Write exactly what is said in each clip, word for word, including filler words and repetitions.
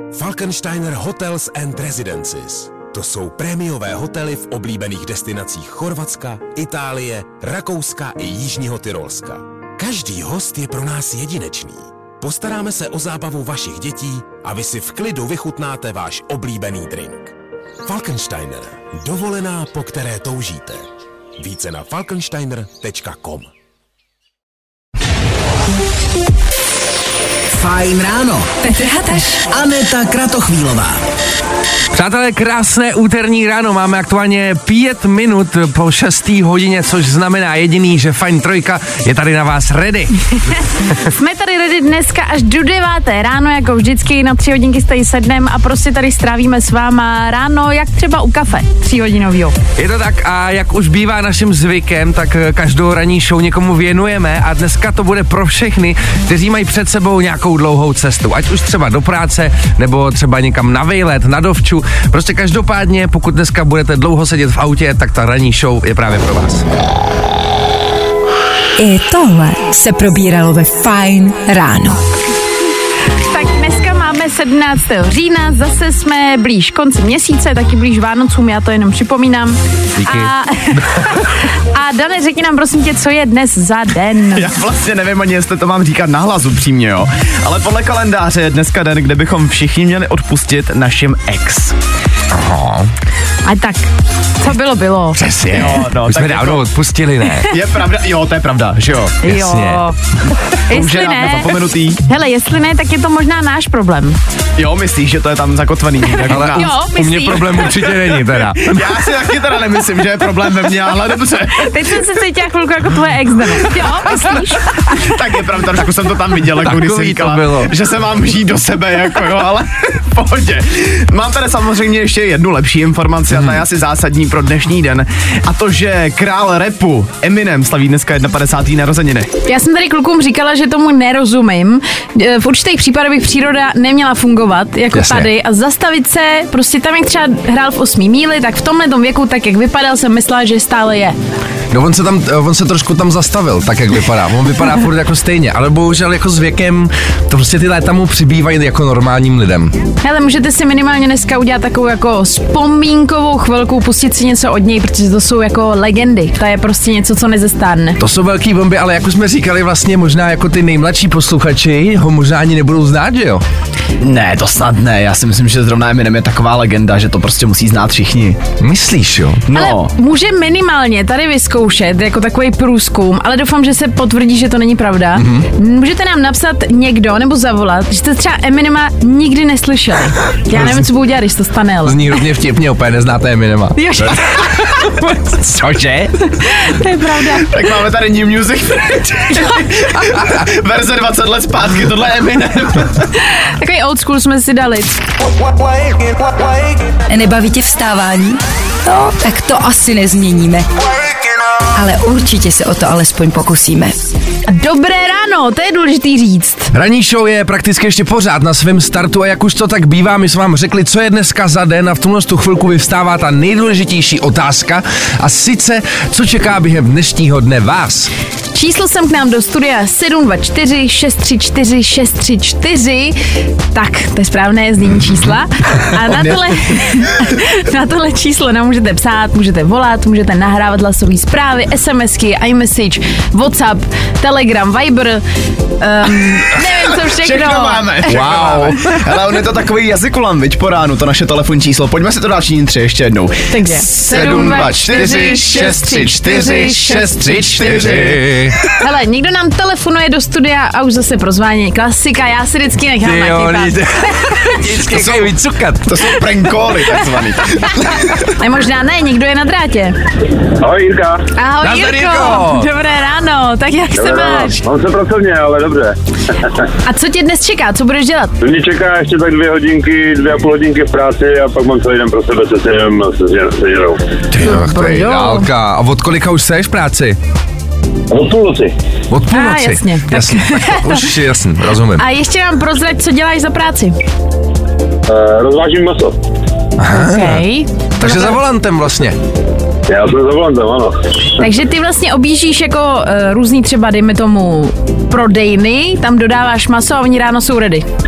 Falkensteiner Hotels and Residences. To jsou prémiové hotely v oblíbených destinacích Chorvatska, Itálie, Rakouska i Jižního Tyrolska. Každý host je pro nás jedinečný. Postaráme se o zábavu vašich dětí a vy si v klidu vychutnáte váš oblíbený drink. Falkensteiner. Dovolená, po které toužíte. Více na falkensteiner tečka com. Fajn ráno. Petr Hataš. Aneta Kratochvílová. Přátelé, krásné úterní ráno, máme aktuálně pět minut po šesté hodině, což znamená jediný, že Fajn trojka je tady na vás ready. Jsme tady ready dneska až do deváté ráno, jako vždycky na tři hodinky tady sednem a prostě tady strávíme s váma ráno, jak třeba u kafe, tříhodinovýho. Je to tak a jak už bývá naším zvykem, tak každou ranní show někomu věnujeme a dneska to bude pro všechny, kteří mají před sebou nějakou dlouhou cestu, ať už třeba do práce, nebo třeba někam na vejlet, na dovču. Prostě každopádně, pokud dneska budete dlouho sedět v autě, tak ta ranní show je právě pro vás. I tohle se probíralo ve Fajn ráno. Tak dneska máme sedmnáctého října, zase jsme blíž konci měsíce, taky blíž Vánocům, já to jenom připomínám. Díky. A, a Dane, řekni nám prosím tě, co je dnes za den. Já vlastně nevím ani, jestli to mám říkat nahlas upřímně, jo. Ale podle kalendáře je dneska den, kde bychom všichni měli odpustit našim ex. Aha. A tak, co bylo, bylo. Přesně, Jo, no, my jsme tak dávno jako- odpustili, ne? Je pravda, jo, to je pravda, že jo. Jo. Už je Jestli nám ne, nezapomenutý. hele, jestli ne, tak je to možná náš problém. Jo, myslíš, že to je tam zakotvený? Tak Ale nás. Jo, u mě myslíš. problém určitě není teda. Já si taky teda nemyslím, že je problém ve mně, ale dobře. Teď jsem se cítila chvilku jako tvoje ex, Dane. Jo, myslíš? Tak je pravda, trošku jsem to tam viděl, jako když Takový jsi to říkala, bylo. že se mám žít do sebe, jako jo, ale v pohodě. Mám tady samozřejmě ještě jednu lepší informaci a ta je asi zásadní pro dnešní den. A to, že král rapu Eminem slaví dneska padesát jedna narozeniny. Já jsem tady klukům říkala, že tomu nerozumím. V určitých případech bych příroda neměla fungovat, jako Jasně. tady, a zastavit se, prostě tam, jak třeba hrál v osmý míli, tak v tomhletom věku, tak jak vypadal, jsem myslela, že stále je. No on se tam, on se trošku tam zastavil, tak jak vypadá. On vypadá furt jako stejně, ale bohužel jako s věkem to prostě ty léta mu přibývají jako normálním lidem. Hele, můžete si minimálně dneska udělat takovou jako vzpomínkovou chvilku, pustit si něco od něj, protože to jsou jako legendy. To je prostě něco, co nezestárne. To jsou velký bomby, ale jak už jsme říkali, vlastně možná jako ty nejmladší posluchači ho možná ani nebudou znát, že jo? Ne, to snad ne, já si myslím, že zrovna Eminem je taková legenda, že to prostě musí znát všichni. Myslíš, jo? No, Ale může minimálně tady vyzkoušet jako takový průzkum, ale doufám, že se potvrdí, že to není pravda. Mm-hmm. Můžete nám napsat někdo nebo zavolat, že jste třeba Eminema nikdy neslyšeli. Já nevím, co budu dělat, když to stane, ale. Zní hrozně vtipně, úplně neznáte Eminema. Jo, cože? to je pravda. Tak máme tady New Music verze dvacet let zpátky, tohle je Eminem. Takový old school jsme si dali. Nebaví tě vstávání? No, tak to asi nezměníme. Ale určitě se o to alespoň pokusíme. Dobré ráno, to je důležitý říct. Ranní show je prakticky ještě pořád na svém startu a jak už to tak bývá, my jsme vám řekli, co je dneska za den a v tomhle tu chvilku vyvstává ta nejdůležitější otázka a sice, co čeká během dnešního dne vás. Číslo sem k nám do studia sedm dva čtyři šest tři čtyři šest tři čtyři. Tak, to je správné znění čísla. A na tohle, na tohle číslo nám můžete psát, můžete volat, můžete nahrávat hlasové zprávy, SMSky, iMessage, WhatsApp, Telegram, Viber, um, nevím co všechno. Všechno máme. Všechno Wow. máme. Ale on je to takový jazykulam, viď po ránu, to naše telefonní číslo. Pojďme si to dát všichni tři ještě jednou. Takže sedm dva čtyři šest tři čtyři šest tři čtyři. Hele, někdo nám telefonuje do studia a už zase prozvání. Klasika, já si vždycky nechám nachytat. Vždycky jsou vycukat. To jsou prank cally, takzvaný. Ne, možná ne, někdo je na drátě. Ahoj Jirka. Ahoj Nazdar, Jirko. Jirko. Dobré ráno, tak jak se máš? Mám se pracovně, ale dobře. A co tě dnes čeká, co budeš dělat? Mě čeká ještě tak dvě hodinky, dvě a půl hodinky v práci a pak mám celý den pro sebe se synem se, se ženou. Ty jo, to je jo. ideálka. A od kolika už seš v práci? Od půlnoci. Od půlnoci. A, jasně. Jasně, tak to už jasně, rozumím. A ještě nám prozrať, co děláš za práci. Uh, rozvážím maso. Okay. Takže za volantem vlastně. Já jsem za volantem, ano. Takže ty vlastně objíždíš jako uh, různý třeba, dejme tomu, prodejny, tam dodáváš maso a oni ráno jsou ready.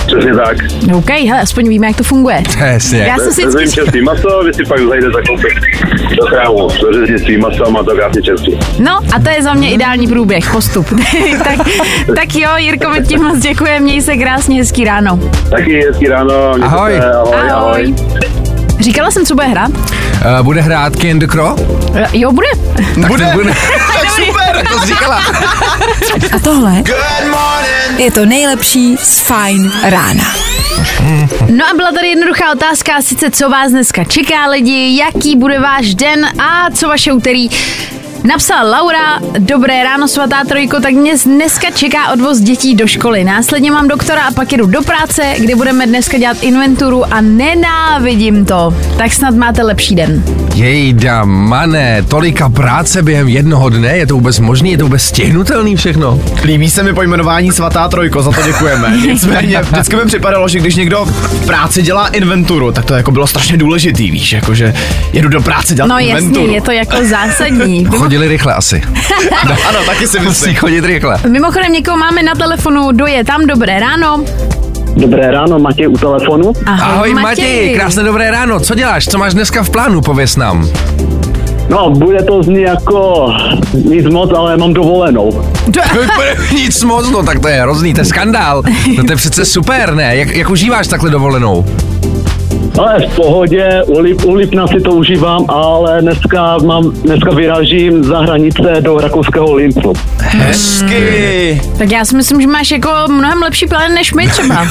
Přesně tak. OK, hele, aspoň víme, jak to funguje. Přesně. Já jsem si Vezmím vždycky... čerstvý maso, vy si pak zajdete zakoupit do krámu. Dořezní svý maso a má to krásně čerstvý. No a to je za mě ideální průběh, postup. tak, tak jo, Jirko, my ti moc děkujeme, měj se krásně, hezký ráno. Taky hezký ráno. Ahoj. Se, ahoj. Ahoj. Ahoj. Říkala jsem, co bude hrát? Uh, bude hrát Candy Crow? Uh, jo, bude. Tak Bude. to bude. Tak super, To jsi říkala. A tohle je to nejlepší z Fajn rána. No a byla tady jednoduchá otázka, sice co vás dneska čeká lidi, jaký bude váš den a co vaše úterý. Napsala Laura, dobré ráno svatá trojko, tak mě dneska čeká odvoz dětí do školy. Následně mám doktora a pak jedu do práce, kde budeme dneska dělat inventuru a nenávidím to. Tak snad máte lepší den. Jejda, mané, tolika práce během jednoho dne, je to vůbec možný, je to vůbec stihnutelný všechno? Líbí se mi pojmenování svatá trojko, za to děkujeme. Nicméně vždycky mi připadalo, že když někdo v práci dělá inventuru, tak to jako bylo strašně důležitý, víš, jakože jedu do práce dělat No inventuru. jasně, je to jako zásadní. Chodili rychle asi. Ano, ano, taky si Musí myslím. chodit rychle. Mimochodem někoho máme na telefonu, kdo je tam, dobré ráno. Dobré ráno, Matěj u telefonu. Ahoj, Ahoj Matěj, krásné dobré ráno. Co děláš? Co máš dneska v plánu? Pověz nám. No, bude to znít jako nic moc, ale mám dovolenou. Nic moc, no tak to je hrozný, to je skandál. No to je přece super, ne? Jak, jak užíváš takhle dovolenou? Ale v pohodě, u, Lip, u Lipna si to užívám, ale dneska, mám, dneska vyrážím za hranice do rakouského Lincu. Hezky. Tak já si myslím, že máš jako mnohem lepší plán než my třeba.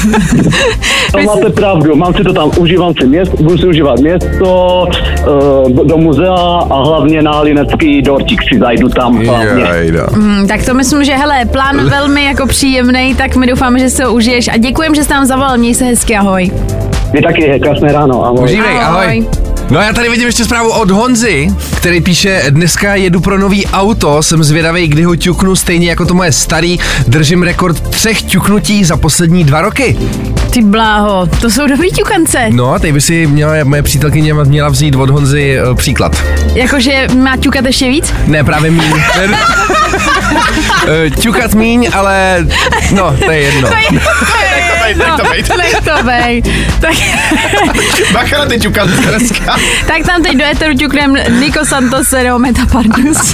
To máte pravdu, mám si to tam, užívám si město, budu si užívat město, uh, do muzea a hlavně na Linecký dortík si zajdu tam hlavně. Jejda. Hmm, tak to myslím, že hele, plán velmi jako příjemný, tak my doufáme, že se ho užiješ a děkujem, že jsi nám zavolal, měj se hezky, ahoj. Vy taky, krásné ráno, ahoj. Užívej, ahoj. Ahoj. No já tady vidím ještě zprávu od Honzy, který píše, dneska jedu pro nový auto, jsem zvědavej, kdy ho ťuknu, stejně jako to moje starý, držím rekord třech ťuknutí za poslední dva roky. Ty bláho, to jsou dobrý ťukance. No, teď by si měla, moje přítelkyně měla vzít od Honzy uh, příklad. Jakože má ťukat ještě víc? Ne, právě míň. uh, ťukat míň, ale no, to je jedno. Nech to bejt. Nech to bej. Tak, Bacha na ty ťukance dneska. tak tam teď do éteru ťuknem Nico Santos nebo Meta Parnus.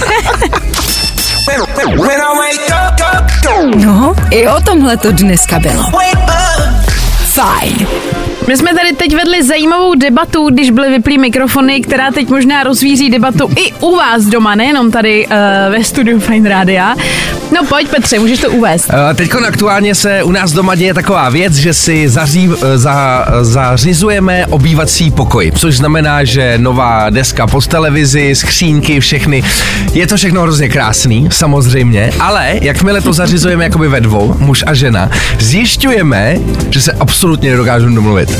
No, i o tomhle to dneska bylo. Fajn. My jsme tady teď vedli zajímavou debatu, když byly vyplý mikrofony, která teď možná rozvíří debatu i u vás doma, nejenom tady uh, ve studiu Fajn Rádia. No pojď Petře, můžeš to uvést. Uh, teďkon aktuálně se u nás doma děje taková věc, že si zaří, uh, za, zařizujeme obývací pokoj, což znamená, že nová deska pod televizi, skřínky, všechny. Je to všechno hrozně krásný, samozřejmě, ale jakmile to zařizujeme jakoby ve dvou, muž a žena, zjišťujeme, že se absolutně nedokážeme domluvit.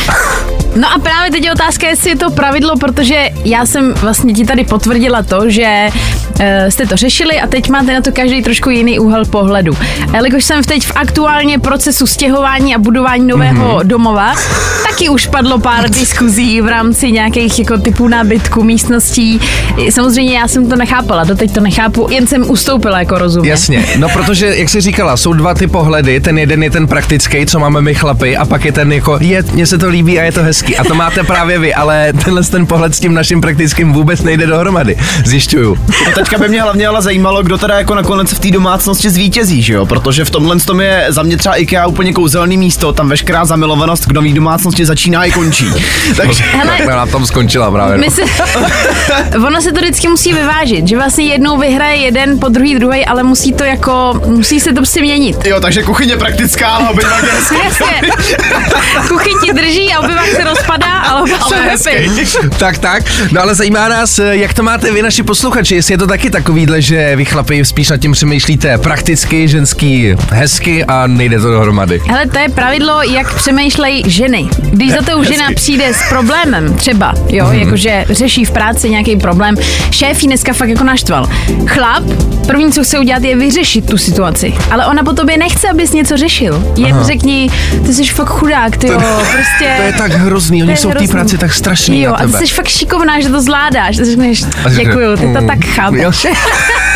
No a právě teď je otázka, jestli je to pravidlo, protože já jsem vlastně ti tady potvrdila to, že uh, jste to řešili a teď máte na to každý trošku jiný úhel pohledu. A jelikož jsem teď v aktuálně procesu stěhování a budování nového mm-hmm. domova, taky už padlo pár diskuzí v rámci nějakých jako typů nábytku, místností. Samozřejmě já jsem to nechápala, doteď to nechápu, jen jsem ustoupila jako rozumě. Jasně, no protože, jak jsi říkala, jsou dva ty pohledy, ten jeden je ten praktický, co máme my chlapi, a pak je ten jako, je, mně se to líbí a je to hezký. A to máte právě vy, ale tenhle ten pohled s tím naším praktickým vůbec nejde dohromady. Zjišťuju. No teďka by mě hlavně ale zajímalo, kdo teda jako nakonec v té domácnosti zvítězí, že jo? Protože v tomhle tom je za mě třeba IKEA úplně kouzelný místo, tam veškerá zamilovanost k nový domácnosti začíná i končí. Takže Hele, na tom skončila právě. No. My se, ono se to vždycky musí vyvážit, že vlastně jednou vyhraje jeden, po druhý druhý, ale musí to jako, musí se to prostě měnit. jo, takže kuchyně praktická, ale obydva hezky. Jasně. Kuchyň ti drží a obyvák se rozpadá, ale oba jsou happy. Tak, tak. No ale zajímá nás, jak to máte vy, naši posluchači, jestli je to taky takovýhle, že vy chlapi spíš nad tím přemýšlíte prakticky, ženský, hezky a nejde to dohromady. Hele, to je pravidlo, jak přemýšlejí ženy. Když za to žena přijde s problémem, třeba, jo, mm-hmm. jakože řeší v práci nějaký problém, šéf jí dneska fakt jako naštval. Chlap, první, co chce udělat, je vyřešit tu situaci. Ale ona po tobě nechce, abys něco řešil. Jen Aha. řekni, ty jsi fakt chudák, ty jo, prostě. To je tak hrozný, oni jsou v té práci tak strašný jo, na tebe. a ty jsi fakt šikovná, že to zvládáš. Ty řekneš, děkuju, ty to tak chápeš.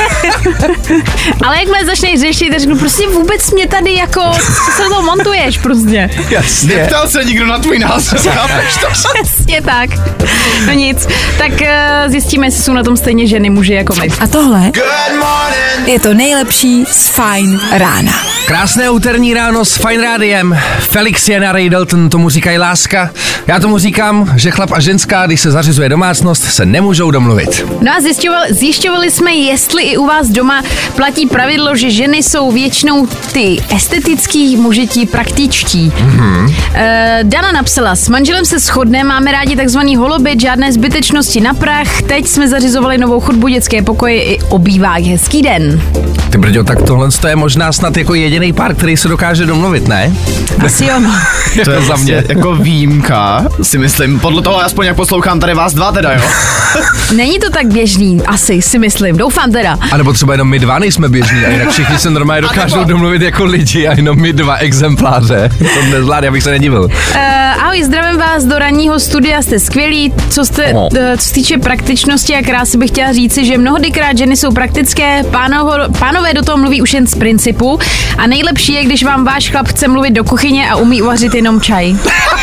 Ale jakmile začneš řešit, tak řeknu, prostě vůbec mě tady jako, co se to montuješ prostě. Jasně. Neptal se nikdo na tvůj názor, chápeš to? Přesně tak. No nic, tak uh, zjistíme, jestli jsou na tom stejně ženy, muži jako my. A tohle je to nejlepší z Fajn rána. Krásné úterní ráno s Fajn rádiem. Felix Jana Ray Dalton, tomu říkají láska. Já tomu říkám, že chlap a ženská, když se zařizuje domácnost, se nemůžou domluvit. No a zjišťovali, zjišťovali jsme, jestli i u vás doma platí pravidlo, že ženy jsou většinou ty estetický, muži ti praktičtí. Mm-hmm. Uh, Dana napsala, s manželem se shodne, máme rádi takzvaný holobit, žádné zbytečnosti na prach, teď jsme zařizovali novou chodbu, dětské pokoje i obývák. Hezký den. Ty brďo, tak tohle je možná snad jako jediný pár, který se dokáže domluvit, ne? Asi jo, no. To je za mě jako výjimka, si myslím. Podle toho aspoň jak poslouchám tady vás dva teda, jo? Není to tak běžný, asi si myslím, doufám teda. A nebo třeba jenom my dva nejsme běžní a jinak všichni se normálně dokážou nebo... domluvit jako lidi a jenom my dva exempláře. To nezvládne, abych se nedivil. Uh, ahoj, zdravím vás do ranního studia, jste skvělí. Co, jste, no. uh, co se týče praktičnosti a krásy, bych chtěla říci, že mnohodykrát ženy jsou praktické, pánovo, pánové do toho mluví už jen z principu a nejlepší je, když vám váš chlap chce mluvit do kuchyně a umí uvařit jenom čaj.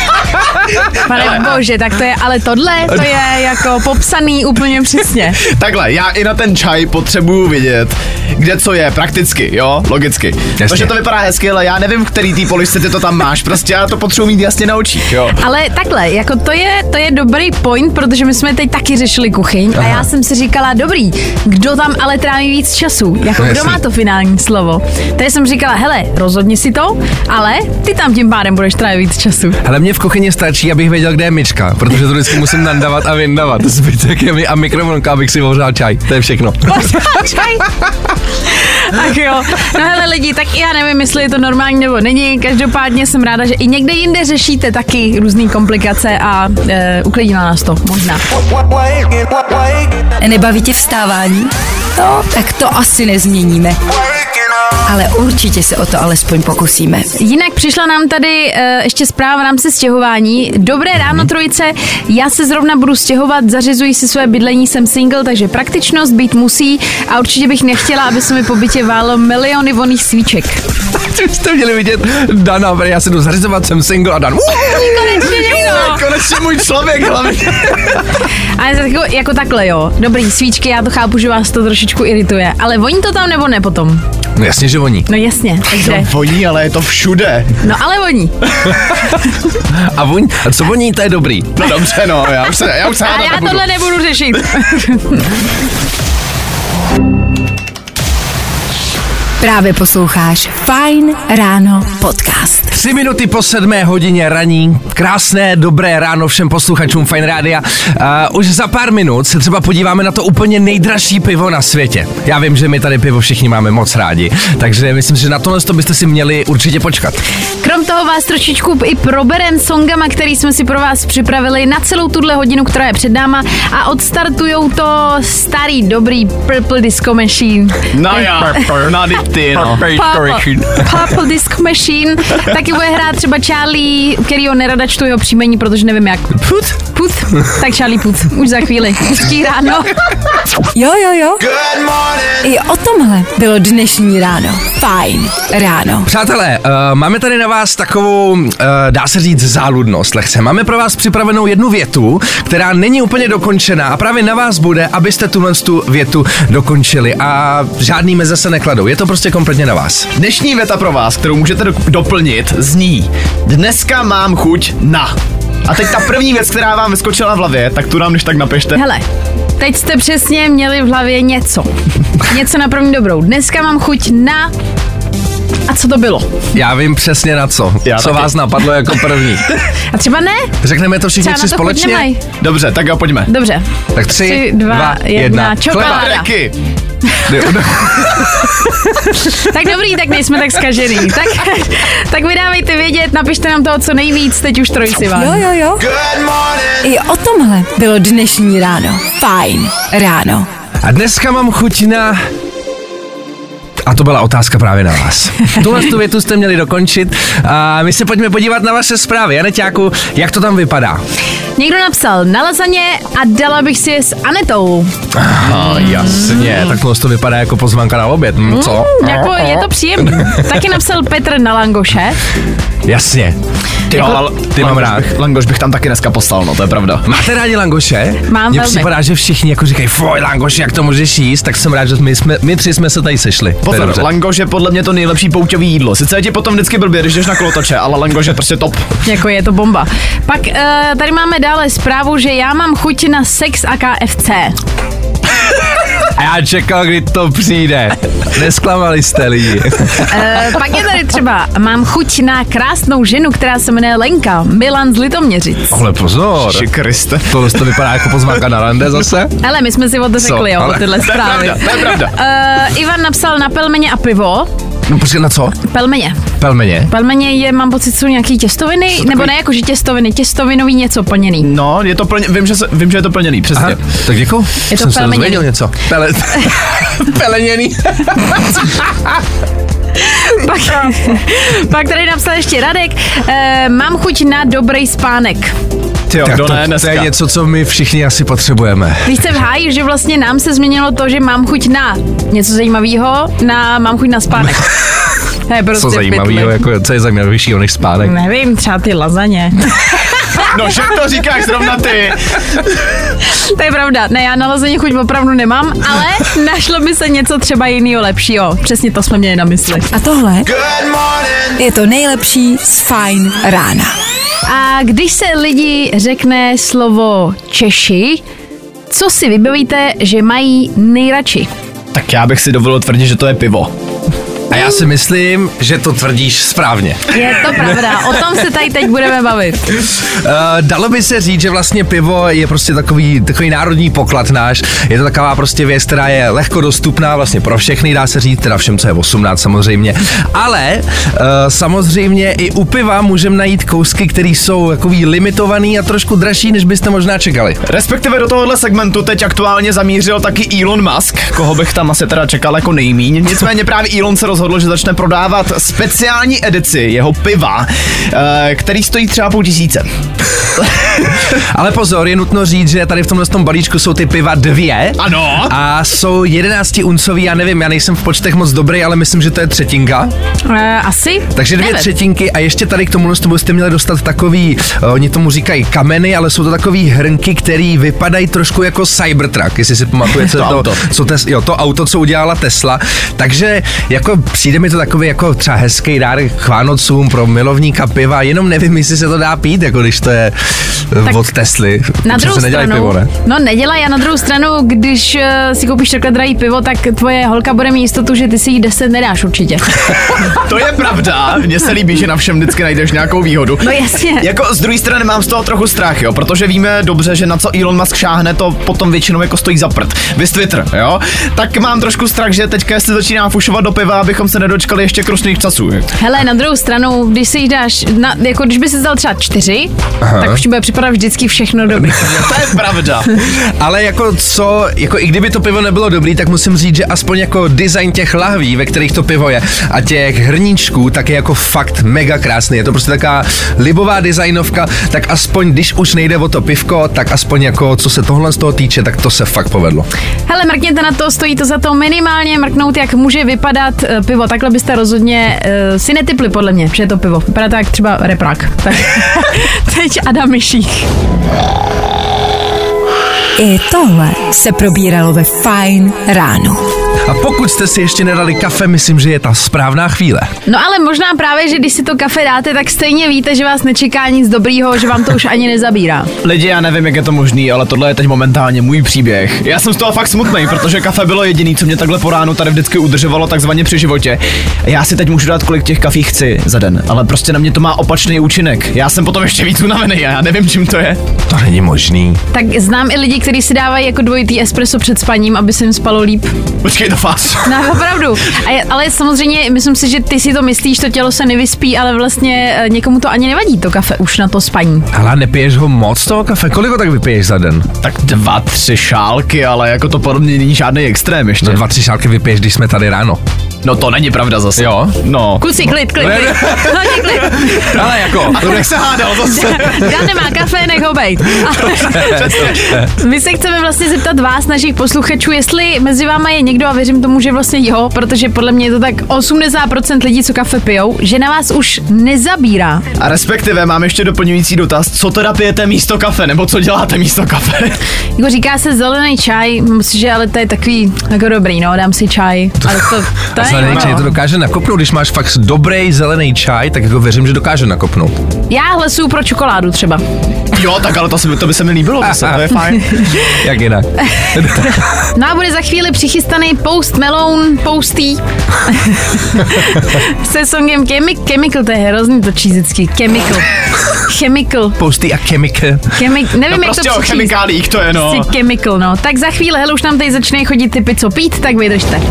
Pane bože, tak to je, ale tohle, to je jako popsaný úplně přesně. Takhle, já i na ten čaj potřebuju vidět, kde co je, prakticky, jo, logicky. Jasně. To, že to vypadá hezky, ale já nevím, který tý polišce ty to tam máš, prostě já to potřebuji mít jasně na očích, jo. Ale takhle, jako to je, to je dobrý point, protože my jsme teď taky řešili kuchyň. Aha. A já jsem si říkala, dobrý, kdo tam ale tráví víc času, jako kdo má to finální slovo. Tady jsem říkala, hele, rozhodni si to, ale ty tam tím pádem budeš trávit víc času. Hele, mě v kuchyni stačí, abych věděl, kde je myčka, protože to vždycky musím nandavat a vyndavat. Zbytek je mi a mikrovlnka, abych si ohřál čaj. To je všechno. čaj. Ach jo. No hele lidi, tak já nevím, jestli je to normální nebo není. Každopádně jsem ráda, že i někde jinde řešíte taky různý komplikace a e, uklidnila nás to, možná. Nebaví tě vstávání? No, tak to asi nezměníme. Ale určitě se o to alespoň pokusíme. Jinak přišla nám tady uh, ještě zpráva v rámci stěhování. Dobré ráno, trojice, já se zrovna budu stěhovat, zařizuji si své bydlení, jsem single, takže praktičnost být musí a určitě bych nechtěla, aby se mi po bytě válo miliony voných svíček. Jste měli vidět Dana, já se jdu zařizovat, jsem single a Dan. Konečně někdo. Konečně můj člověk hlavně. Ale jako, jako takhle, jo. Dobrý, svíčky, já to chápu, že vás to trošičku irituje, ale voní to tam nebo ne potom? No jasně, že voní. No jasně, takže... No voní, ale je to všude. No ale voní. A voní, a co voní, to je dobrý. No dobře, no, já už se, já už se A já nebudu. tohle nebudu řešit. Právě posloucháš Fajn ráno podcast. Tři minuty po sedmé hodině raní. Krásné, dobré ráno všem posluchačům Fajn rádia. Uh, už za pár minut se třeba podíváme na to úplně nejdražší pivo na světě. Já vím, že my tady pivo všichni máme moc rádi, takže myslím, že na tohle to byste si měli určitě počkat. Krom toho vás trošičku i proberem songama, který jsme si pro vás připravili na celou tuhle hodinu, která je před náma a odstartujou to starý, dobrý Purple Disco Machine. No já, na dipty, no. Purple, Purple Disco Machine. Taky bude hrát třeba Charlie, kterýho nerada čtu jeho příjmení, protože nevím jak. Put? Put? Tak Charlie Put. Už za chvíli. Hezký ráno. Jo, jo, jo. I o tomhle bylo dnešní ráno. Fajn ráno. Přátelé, uh, máme tady na vás takovou, uh, dá se říct, záludnost lehce. Máme pro vás připravenou jednu větu, která není úplně dokončená a právě na vás bude, abyste tuhle tu větu dokončili a žádný meze se nekladou. Je to prostě kompletně na vás. Dnešní věta pro vás, kterou můžete do- doplnit, zní: dneska mám chuť na. A teď ta první věc, která vám vyskočila v hlavě, tak tu nám když tak napište. Hele, teď jste přesně měli v hlavě něco. Něco na první dobrou. Dneska mám chuť na... A co to bylo? Já vím přesně na co. Já co taky. vás napadlo jako první. A třeba ne? Řekneme to všichni Třeba tři na to chuť společně? nemají. Dobře, tak jo, pojďme. Dobře. Tak tři, Tři, dva, dva jedna. jedna. Čokoláda. Reky. Tak dobrý, tak nejsme tak zkažený. Tak, tak vydávejte vědět, napište nám toho co nejvíc, teď už trojici vám. Jo, jo, jo. I o tomhle bylo dnešní ráno. Fajn ráno. A dneska mám chuť na... A to byla otázka právě na vás. Tuhle tu větu jste měli dokončit a my se pojďme podívat na vaše zprávy. Janeťáku, jak to tam vypadá? Někdo napsal na lazaně a dala bych si je s Anetou. Aha, jasně, tak to vypadá jako pozvánka na oběd, hm, co? Mm, jako je to příjemný. Taky napsal Petr na langoše. Jasně. Ty, Jako- ale, ty mám rád. Langoš bych tam taky dneska poslal, no to je pravda. Máte rádi langoše? Mám Mně velmi. připadá, že všichni jako říkají, foj, langoši, jak to můžeš jíst, tak jsem rád, že my, jsme, my tři jsme se tady sešli. To je Pozor, dobře. langoš je podle mě to nejlepší pouťový jídlo. Sice je ti potom vždycky blbě, když jdeš na kolotoče, ale langoš je prostě top. Jako je to bomba. Pak uh, tady máme dále zprávu, že já mám chuť na sex a K F C. A já čekal, kdy to přijde. Nesklamali jste lidi. Uh, pak je tady třeba, mám chuť na krásnou ženu, která se jmenuje Lenka, Milan z Litoměřic. Ale pozor. Ši Kriste. Tohle to vypadá jako pozvánka na rande zase. Ale my jsme si o to Co? řekli, jo, Ale- o tyhle To je zprávy. pravda, to je pravda. Uh, Ivan napsal na pelmeně a pivo. No počkej, na co? Pelmeně. Pelmeně? Pelmeně je, mám pocit, jsou nějaký těstoviny, nebo ne jako že těstoviny, těstovinový něco plněný. No, je to plně, vím, že, se, vím, že je to plněný, přesně. Aha, tak děkuju. Je to Jsem se pelmeněný. dozvěděl něco. Pele... Peleněný. Pak, pak tady napsal ještě Radek, uh, mám chuť na dobrý spánek. Tyjo, Tak kdo to, ne to dneska? je něco, co my všichni asi potřebujeme. Když se vhájí, že vlastně nám se změnilo to, že mám chuť na něco zajímavého, na mám chuť na spánek. To je prostě Co zajímavého, pytle. jako, co je zajímavějšího než spánek? Nevím, třeba ty lazaně. No, že to říkáš zrovna ty. To je pravda. Ne, já na lazaně chuť opravdu nemám, ale našlo by se něco třeba jiného lepšího. Přesně to jsme měli na mysli. A tohle je to nejlepší z Fajn rána. A když se lidi řekne slovo Češi, co si vybavíte, že mají nejradši? Tak já bych si dovolil tvrdit, že to je pivo. A já si myslím, že to tvrdíš správně. Je to pravda, o tom se tady teď budeme bavit. Uh, dalo by se říct, že vlastně pivo je prostě takový, takový národní poklad náš. Je to taková prostě věc, která je lehko dostupná vlastně pro všechny, dá se říct, teda všem, co je osmnáct samozřejmě. Ale uh, samozřejmě i u piva můžeme najít kousky, které jsou takový limitovaný a trošku dražší, než byste možná čekali. Respektive do tohohle segmentu teď aktuálně zamířil taky Elon Musk, koho bych tam asi teda čekal jako nejmíň. Nicméně právě Elon se rozhodl, že začne prodávat speciální edici jeho piva, eh, který stojí třeba půl tisíce. Ale pozor, je nutno říct, že tady v tomhle tom balíčku jsou ty piva dvě. Ano. A jsou jedenáctiuncový, já nevím, já nejsem v počtech moc dobrý, ale myslím, že to je třetinka. Uh, asi? Takže dvě Nevím. třetinky a ještě tady k tomu tomu jste měli dostat takový, uh, oni tomu říkají kameny, ale jsou to takový hrnky, který vypadají trošku jako Cybertruck, jestli si pamatujete To to, auto. co tes, jo, to auto, co udělala Tesla. Takže jako přijde mi to takový jako třeba hezký dárek k Vánocům pro milovníka piva, jenom nevím, jestli se to dá pít, jako když to je tak Tak od Tesly. Na Přece druhou nedělají stranu, pivo, ne? no nedělaj, a na druhou stranu, když uh, si koupíš takhle drahý pivo, tak tvoje holka bude mít jistotu, že ty si jí deset nedáš určitě. To je pravda, mně se líbí, že na všem vždycky najdeš nějakou výhodu. No jasně. Jako z druhé strany mám z toho trochu strach, jo, protože víme dobře, že na co Elon Musk šáhne, to potom většinou jako stojí za prd. Vys Twitter, jo? Tak mám trošku strach, že teďka jestli začíná fušovat do piva, abychom se nedočkali ještě krusných časů. Hele, na druhou stranu, když si jí dáš, na, jako když by si dal třeba čtyři, Aha. tak už ti bude připadat vždycky všechno dobrý. To je pravda. Ale jako co, jako i kdyby to pivo nebylo dobrý, tak musím říct, že aspoň jako design těch lahví, ve kterých to pivo je a těch hrníčků, tak je jako fakt mega krásný. Je to prostě taková libová designovka, tak aspoň když už nejde o to pivko, tak aspoň jako co se tohle z toho týče, tak to se fakt povedlo. Hele, mrkněte na to, stojí to za to minimálně mrknout, jak může vypadat uh, pivo. Takhle byste rozhodně uh, si netypli podle mě, že je to pivo. Vypadá to jak třeba reprák. Tak teď Adam Myšík. I tohle se probíralo ve Fajn ráno. A pokud jste si ještě nedali kafe, myslím, že je ta správná chvíle. No ale možná právě, že když si to kafe dáte, tak stejně víte, že vás nečeká nic dobrýho, že vám to už ani nezabírá. Lidi, já nevím, jak je to možný, ale tohle je teď momentálně můj příběh. Já jsem z toho fakt smutný, protože kafe bylo jediný, co mě takhle po ránu tady vždycky udržovalo takzvaně při životě. Já si teď můžu dát, kolik těch kafí chci za den, ale prostě na mě to má opačný účinek. Já jsem potom ještě víc unavený a já nevím, čím to je. To není možný. Tak znám i lidi, kteří si dávají jako dvojitý espresso před spaním, aby se jim spalo líp. Počkej, to fás. No, opravdu. A je, ale samozřejmě, myslím si, že ty si to myslíš, to tělo se nevyspí, ale vlastně e, někomu to ani nevadí, to kafe už na to spaní. Ale nepiješ ho moc toho kafe? Kolik ho tak vypiješ za den? Tak dva, tři šálky, ale jako to podobně není žádný extrém ještě. No dva, tři šálky vypiješ, když jsme tady ráno. No to není pravda zase. Jo? No. Kluci, klid, klid, klid. Hodně klid. Ale jako... A to se hádal zase. Dan nemá kafe, nech ho bejt. My se chceme vlastně zeptat vás, našich posluchačů, jestli mezi váma je někdo, a věřím tomu, že vlastně jo, protože podle mě je to tak osmdesát procent lidí, co kafe pijou, že na vás už nezabírá. A respektive mám ještě doplňující dotaz, co teda pijete místo kafe, nebo co děláte místo kafe? Jako říká se zelený čaj, myslím, že ale to je takový jako dobrý, no, dám si čaj. Ale to, to je Zelený no. čaj to dokáže nakopnout, když máš fakt dobrý zelený čaj, tak jako věřím, že dokáže nakopnout. Já hlasuju pro čokoládu třeba. Jo, tak ale to, se, to by se mi líbilo, to, se, to je fajn. Jak jinak. No a bude za chvíli přichystaný Post Malone, Posty. Se songem Chemi- Chemical, to je hrozný to číst vždycky. Chemical. Chemical. Posty a chemical. Chemi- nevím, No jak prostě to o přečíst. chemikálích to je, no. Prostě Chemical, no. Tak za chvíli, hele, už nám tady začínají chodit typy, co pít, tak vydržte.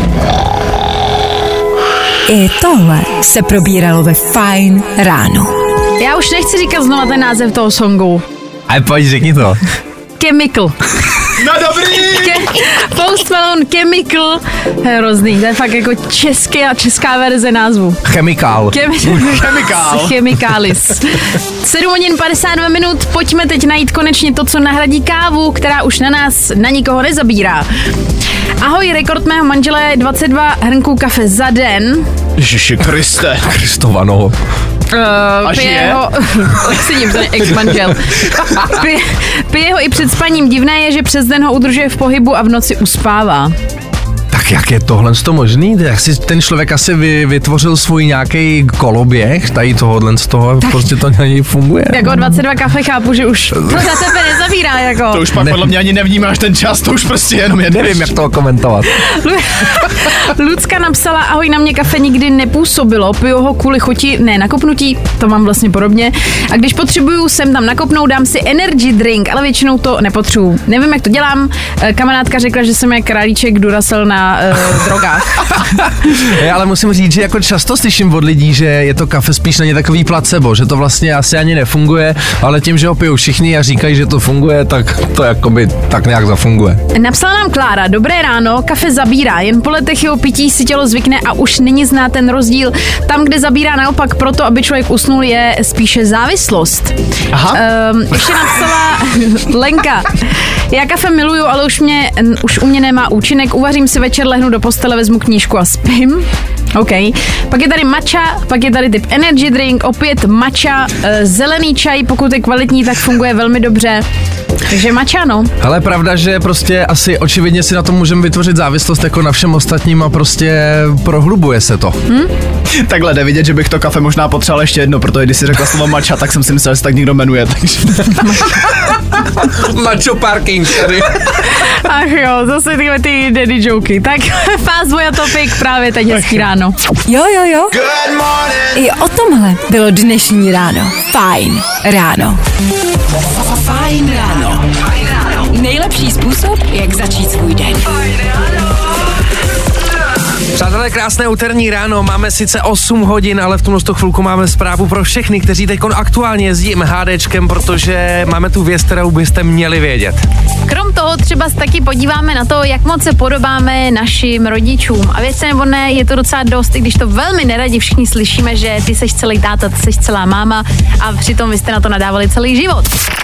I tohle se probíralo ve Fajn ráno. Já už nechci říkat znova ten název toho songu. A pojď, řekni to. Chemical. No dobrý! Ke- Post Malone Chemical. Hrozný, to je fakt jako český a česká verze názvu. Chemikál. Chemikál. Chemikális. sedm hodin padesát dva minut, pojďme teď najít konečně to, co nahradí kávu, která už na nás na nikoho nezabírá. Ahoj, rekord mého manžela je dvacet dva hrnků kafe za den. Ježiši Kriste. Kristovano. Uh, A žije? ho, sedím, to je ex-manžel. Pije, pije ho i před spaním. Divné je, že přes den ho udržuje v pohybu a v noci uspává. Tak jak je tohle to možný? Jak si ten člověk asi vy, vytvořil svůj nějaký koloběh tady tohohle z toho, prostě to na něj funguje. Jako dvacet dva kafe chápu, že už to za tebe nezabírá, jako. To už pak Ne. podle mě ani nevnímáš ten čas, to už prostě jenom jedeš. Nevím, jak to komentovat. Lucka napsala, ahoj, na mě kafe nikdy nepůsobilo, piju ho kvůli chuti, ne nakopnutí, to mám vlastně podobně. A když potřebuju sem tam nakopnout, dám si energy drink, ale většinou to nepotřebuju. Nevím, jak to dělám. Kamarádka řekla, že jsem jak králíček Duracell na uh, drogách. Já ale musím říct, že jako často slyším od lidí, že je to kafe spíš na ně takový placebo, že to vlastně asi ani nefunguje, ale tím, že ho pijou všichni a říkají, že to funguje, tak to jakoby tak nějak zafunguje. Napsala nám Klára, dobré ráno, kafe zabírá, jen po letech jeho pití si tělo zvykne a už není znát ten rozdíl. Tam, kde zabírá naopak proto, aby člověk usnul, je spíše závislost. Aha. Um, ještě napsala Lenka, já kafe miluju, ale už, mě, už u mě nemá účinek, uvařím si večer, lehnu do postele, vezmu knížku a spím. OK. Pak je tady matcha, pak je tady typ energy drink, opět matcha, zelený čaj, pokud je kvalitní, tak funguje velmi dobře. Takže matcha, no. Ale pravda, že prostě asi očividně si na tom můžeme vytvořit závislost jako na všem ostatním a prostě prohlubuje se to. Hm? Takhle jde vidět, že bych to kafe možná potřeboval ještě jedno, protože když si řekla slovo matcha, tak jsem si myslel, že se tak někdo jmenuje. Takže... Macho parking tady. Ach jo, zase tyhle ty daddy joky. Tak Fast Boy a Topic právě teď hezký ráno. Jo, jo, jo. I o tomhle bylo dnešní ráno. Fajn ráno. Fajn ráno. Nejlepší způsob, jak začít svůj den. Přátelé, krásné úterní ráno, máme sice osm hodin, ale v tomhle chvilku máme zprávu pro všechny, kteří teď aktuálně jezdí MHDčkem, protože máme tu věc, kterou byste měli vědět. Krom toho třeba se taky podíváme na to, jak moc se podobáme našim rodičům. A věřte nebo ne, je to docela dost, i když to velmi neradi všichni slyšíme, že ty seš celý táta, ty seš celá máma a přitom vy jste na to nadávali celý život.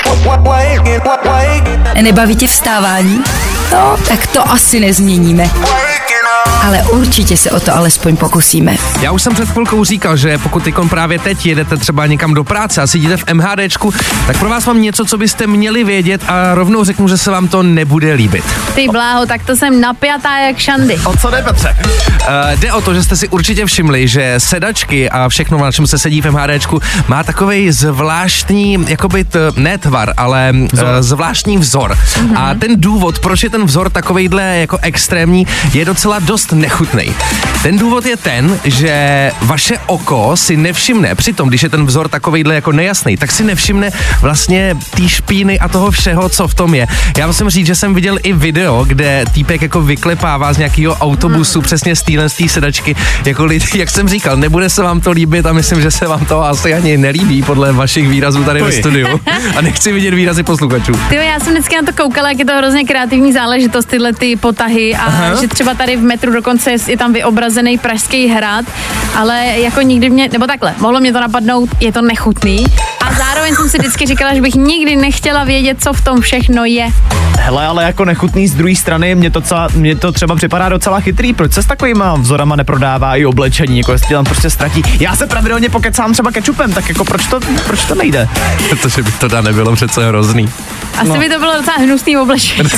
Nebaví tě vstávání? No, tak to asi nezměníme. Ale určitě se o to alespoň pokusíme. Já už jsem před chvilkou říkal, že pokud tykom právě teď jedete třeba někam do práce a sedíte v MHDčku, tak pro vás mám něco, co byste měli vědět a rovnou řeknu, že se vám to nebude líbit. Ty bláho, tak to jsem napjatá jak šandy. O co jde, Petře? Uh, jde o to, že jste si určitě všimli, že sedačky a všechno, na čem se sedí v MHDčku, má takovej zvláštní, jakoby t, ne tvar, ale uh, zvláštní vzor. Mm-hmm. A ten důvod, proč je ten vzor takovejhle jako extrémní, je docela dost nechutnej. Ten důvod je ten, že vaše oko si nevšimne, přitom, když je ten vzor takovejhle jako nejasný, tak si nevšimne vlastně tý špíny a toho všeho, co v tom je. Já musím říct, že jsem viděl i video, kde týpek jako vyklepává z nějakého autobusu, mm. přesně z téhle z té sedačky, jako lidi, jak jsem říkal, nebude se vám to líbit a myslím, že se vám to asi ani nelíbí podle vašich výrazů tady ve studiu. A nechci vidět výrazy posluchačů. Tyjo, já jsem vždycky na to koukala, jak je to hrozně kreativní záležitost, tyhle ty potahy a aha, že třeba tady v metru do dokonce je, je tam vyobrazený Pražský hrad, ale jako nikdy mě, nebo takhle, mohlo mě to napadnout, je to nechutný a zároveň jsem si vždycky říkala, že bych nikdy nechtěla vědět, co v tom všechno je. Hele, ale jako nechutný z druhé strany, mě to, celá, mě to třeba připadá docela chytrý, proč se s takovýma vzorama neprodává i oblečení, jako jestli tam prostě ztratí. Já se pravidelně pokecám třeba kečupem, tak jako proč to, proč to nejde? Protože by to da nebylo přece hrozný. Asi no. by to bylo docela hnusný oblečení.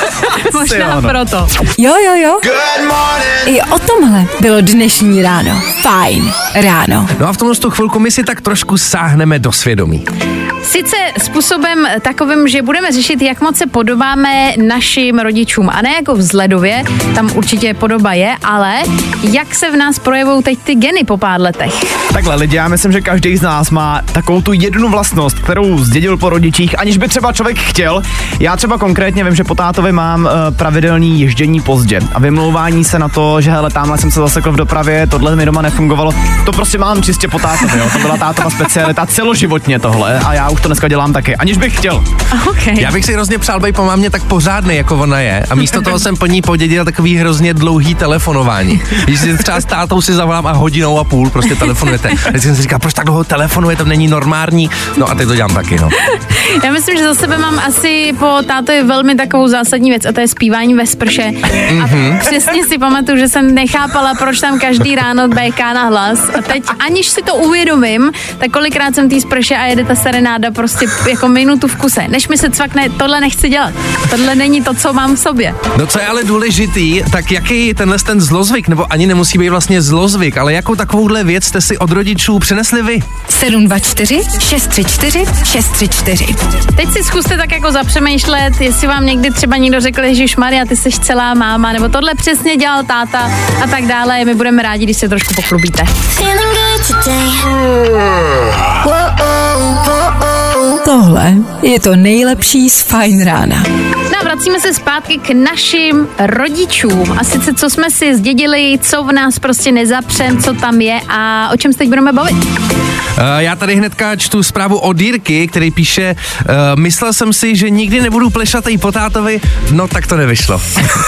Možná jo, no. proto. Jo, jo, jo. I o tomhle bylo dnešní ráno. Fajn ráno. No a v tomhle tu chvilku my si tak trošku sáhneme do svědomí. Sice způsobem takovým, že budeme řešit, jak moc se podobáme našim rodičům. A ne jako vzhledově, tam určitě podoba je, ale jak se v nás projevují teď ty geny po pár letech. Takhle lidi, já myslím, že každý z nás má takovou tu jednu vlastnost, kterou zdědil po rodičích, aniž by třeba člověk chtěl. Já třeba konkrétně vím, že po tátovi mám uh, pravidelný ježdění pozdě a vymlouvání se na to, že hele, tamhle jsem se zasekl v dopravě, tohle mi doma nefungovalo. To prostě mám čistě po tátovi, jo. To byla tátova specialita celoživotně tohle a já už to dneska dělám taky, aniž bych chtěl. Okay. Já bych si hrozně přál být po mámě tak pořádný, jako ona je, a místo toho jsem po ní podědil takový hrozně dlouhý telefonování. Když si třeba s tátou si zavolám a hodinou a půl prostě telefonujete. Teď jsem si říkal, proč tak dlouho telefonuje, to není normální. No a teď to dělám taky, no. Já myslím, že za sebe mám asi po tátovi velmi takovou zásadní věc a to je zpívání ve sprše. Mm-hmm. A přesně si pamatuju, že jsem nechápala, proč tam každý ráno béká na hlas. A teď, aniž si to uvědomím, tak kolikrát jsem tý sprše a jede ta serenáda prostě jako minutu v kuse. Než mi se cvakne, tohle nechci dělat. Tohle není to, co mám v sobě. No co je ale důležitý, tak jaký tenhle ten zlozvyk, nebo ani nemusí být vlastně zlozvyk, ale jakou takovouhle věc jste si od rodičů přinesli vy? sedm dva čtyři šest tři čtyři šest tři čtyři. Teď si zkuste tak jako zapřemýšlet, jestli vám někdy třeba někdo řekl, Ježišmarja, ty jsi celá máma, nebo tohle přesně dělal táta a tak dále. My budeme rádi, když se trošku pochlubíte. Tohle je to nejlepší z Fajn rána. No a vracíme se zpátky k našim rodičům. A sice, co jsme si zdědili, co v nás prostě nezapřem, co tam je a o čem se teď budeme bavit. Uh, já tady hnedka čtu zprávu od Jirky, který píše, uh, myslel jsem si, že nikdy nebudu plešatej po tátovi, no tak to nevyšlo.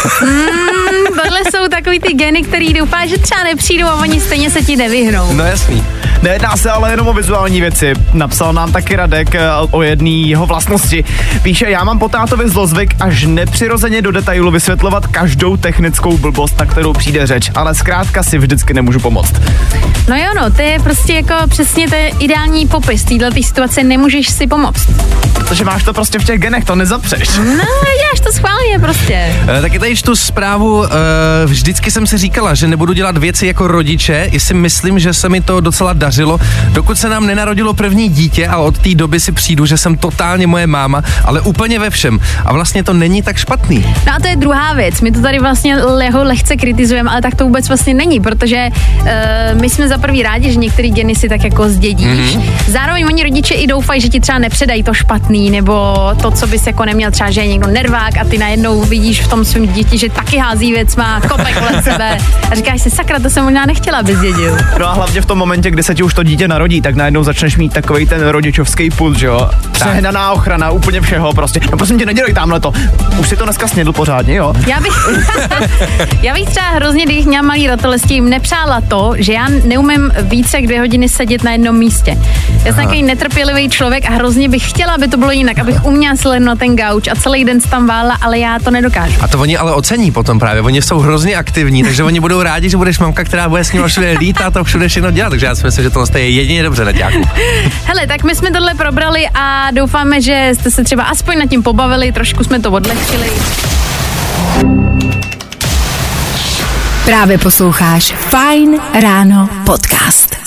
mm, tohle jsou takový ty geny, který doufá, že třeba nepřijdou a oni stejně se ti nevyhnou. No jasný. Nejedná se ale jenom o vizuální věci. Napsal nám taky Radek o jedné jeho vlastnosti. Píše, já mám po tátovi zlozvyk až nepřirozeně do detailu vysvětlovat každou technickou blbost, na kterou přijde řeč, ale zkrátka si vždycky nemůžu pomoct. No jo, no, to je prostě jako přesně to je ideální popis. Téhle situace nemůžeš si pomoct. Protože máš to prostě v těch genech, to nezapřeš. No, děláš to schválně prostě. E, taky tady čtu zprávu, e, vždycky jsem si říkala, že nebudu dělat věci jako rodiče, i si myslím, že se mi to docela dařilo, dokud se nám nenarodilo první dítě a od té doby si přijdu, že jsem totálně moje máma, ale úplně ve všem. A vlastně to není tak špatný. No a to je druhá věc. My to tady vlastně jeho lehce kritizujeme, ale tak to vůbec vlastně není, protože uh, my jsme za prvý rádi, že některý geny si tak jako zdědíš. Mm-hmm. Zároveň oni rodiče i doufají, že ti třeba nepředají to špatný, nebo to, co bys jako neměl, třeba, že je někdo nervák a ty najednou vidíš v tom svém děti, že taky hází věc, má kope kolem sebe a říkáš si, sakra, to jsem možná nechtěla, aby zdědil. No a hlavně v tom momentě, kdy se ti už to dítě narodí, tak najednou začneš mít takovej ten rodičovský puls, že jo? Přehnaná ochrana úplně všeho prostě. No prosím tě, nedělej tamhle to. Už si to dneska snědl pořádně, jo? Já bych, já bych třeba hrozně, když měla malý ratole, s tím nepřála to, že já neumím více jak dvě hodiny sedět na jednom místě. Já jsem takový netrpělivý člověk a hrozně bych chtěla, aby to bylo jinak, abych uměla si na ten gauč a celý den tam vála, ale já to nedokážu. A to oni ale ocení potom právě, oni jsou hrozně aktivní, takže oni budou rádi, že budeš mamka, která bude s ním všude lítat a všude všechno dělat, takže já si myslím, že to je jedině dobře, Naďáku. Hele, tak my jsme tohle probrali a doufáme, že jste se třeba aspoň nad tím pobavili, trošku jsme to odlehčili. Právě posloucháš Fajn ráno podcast.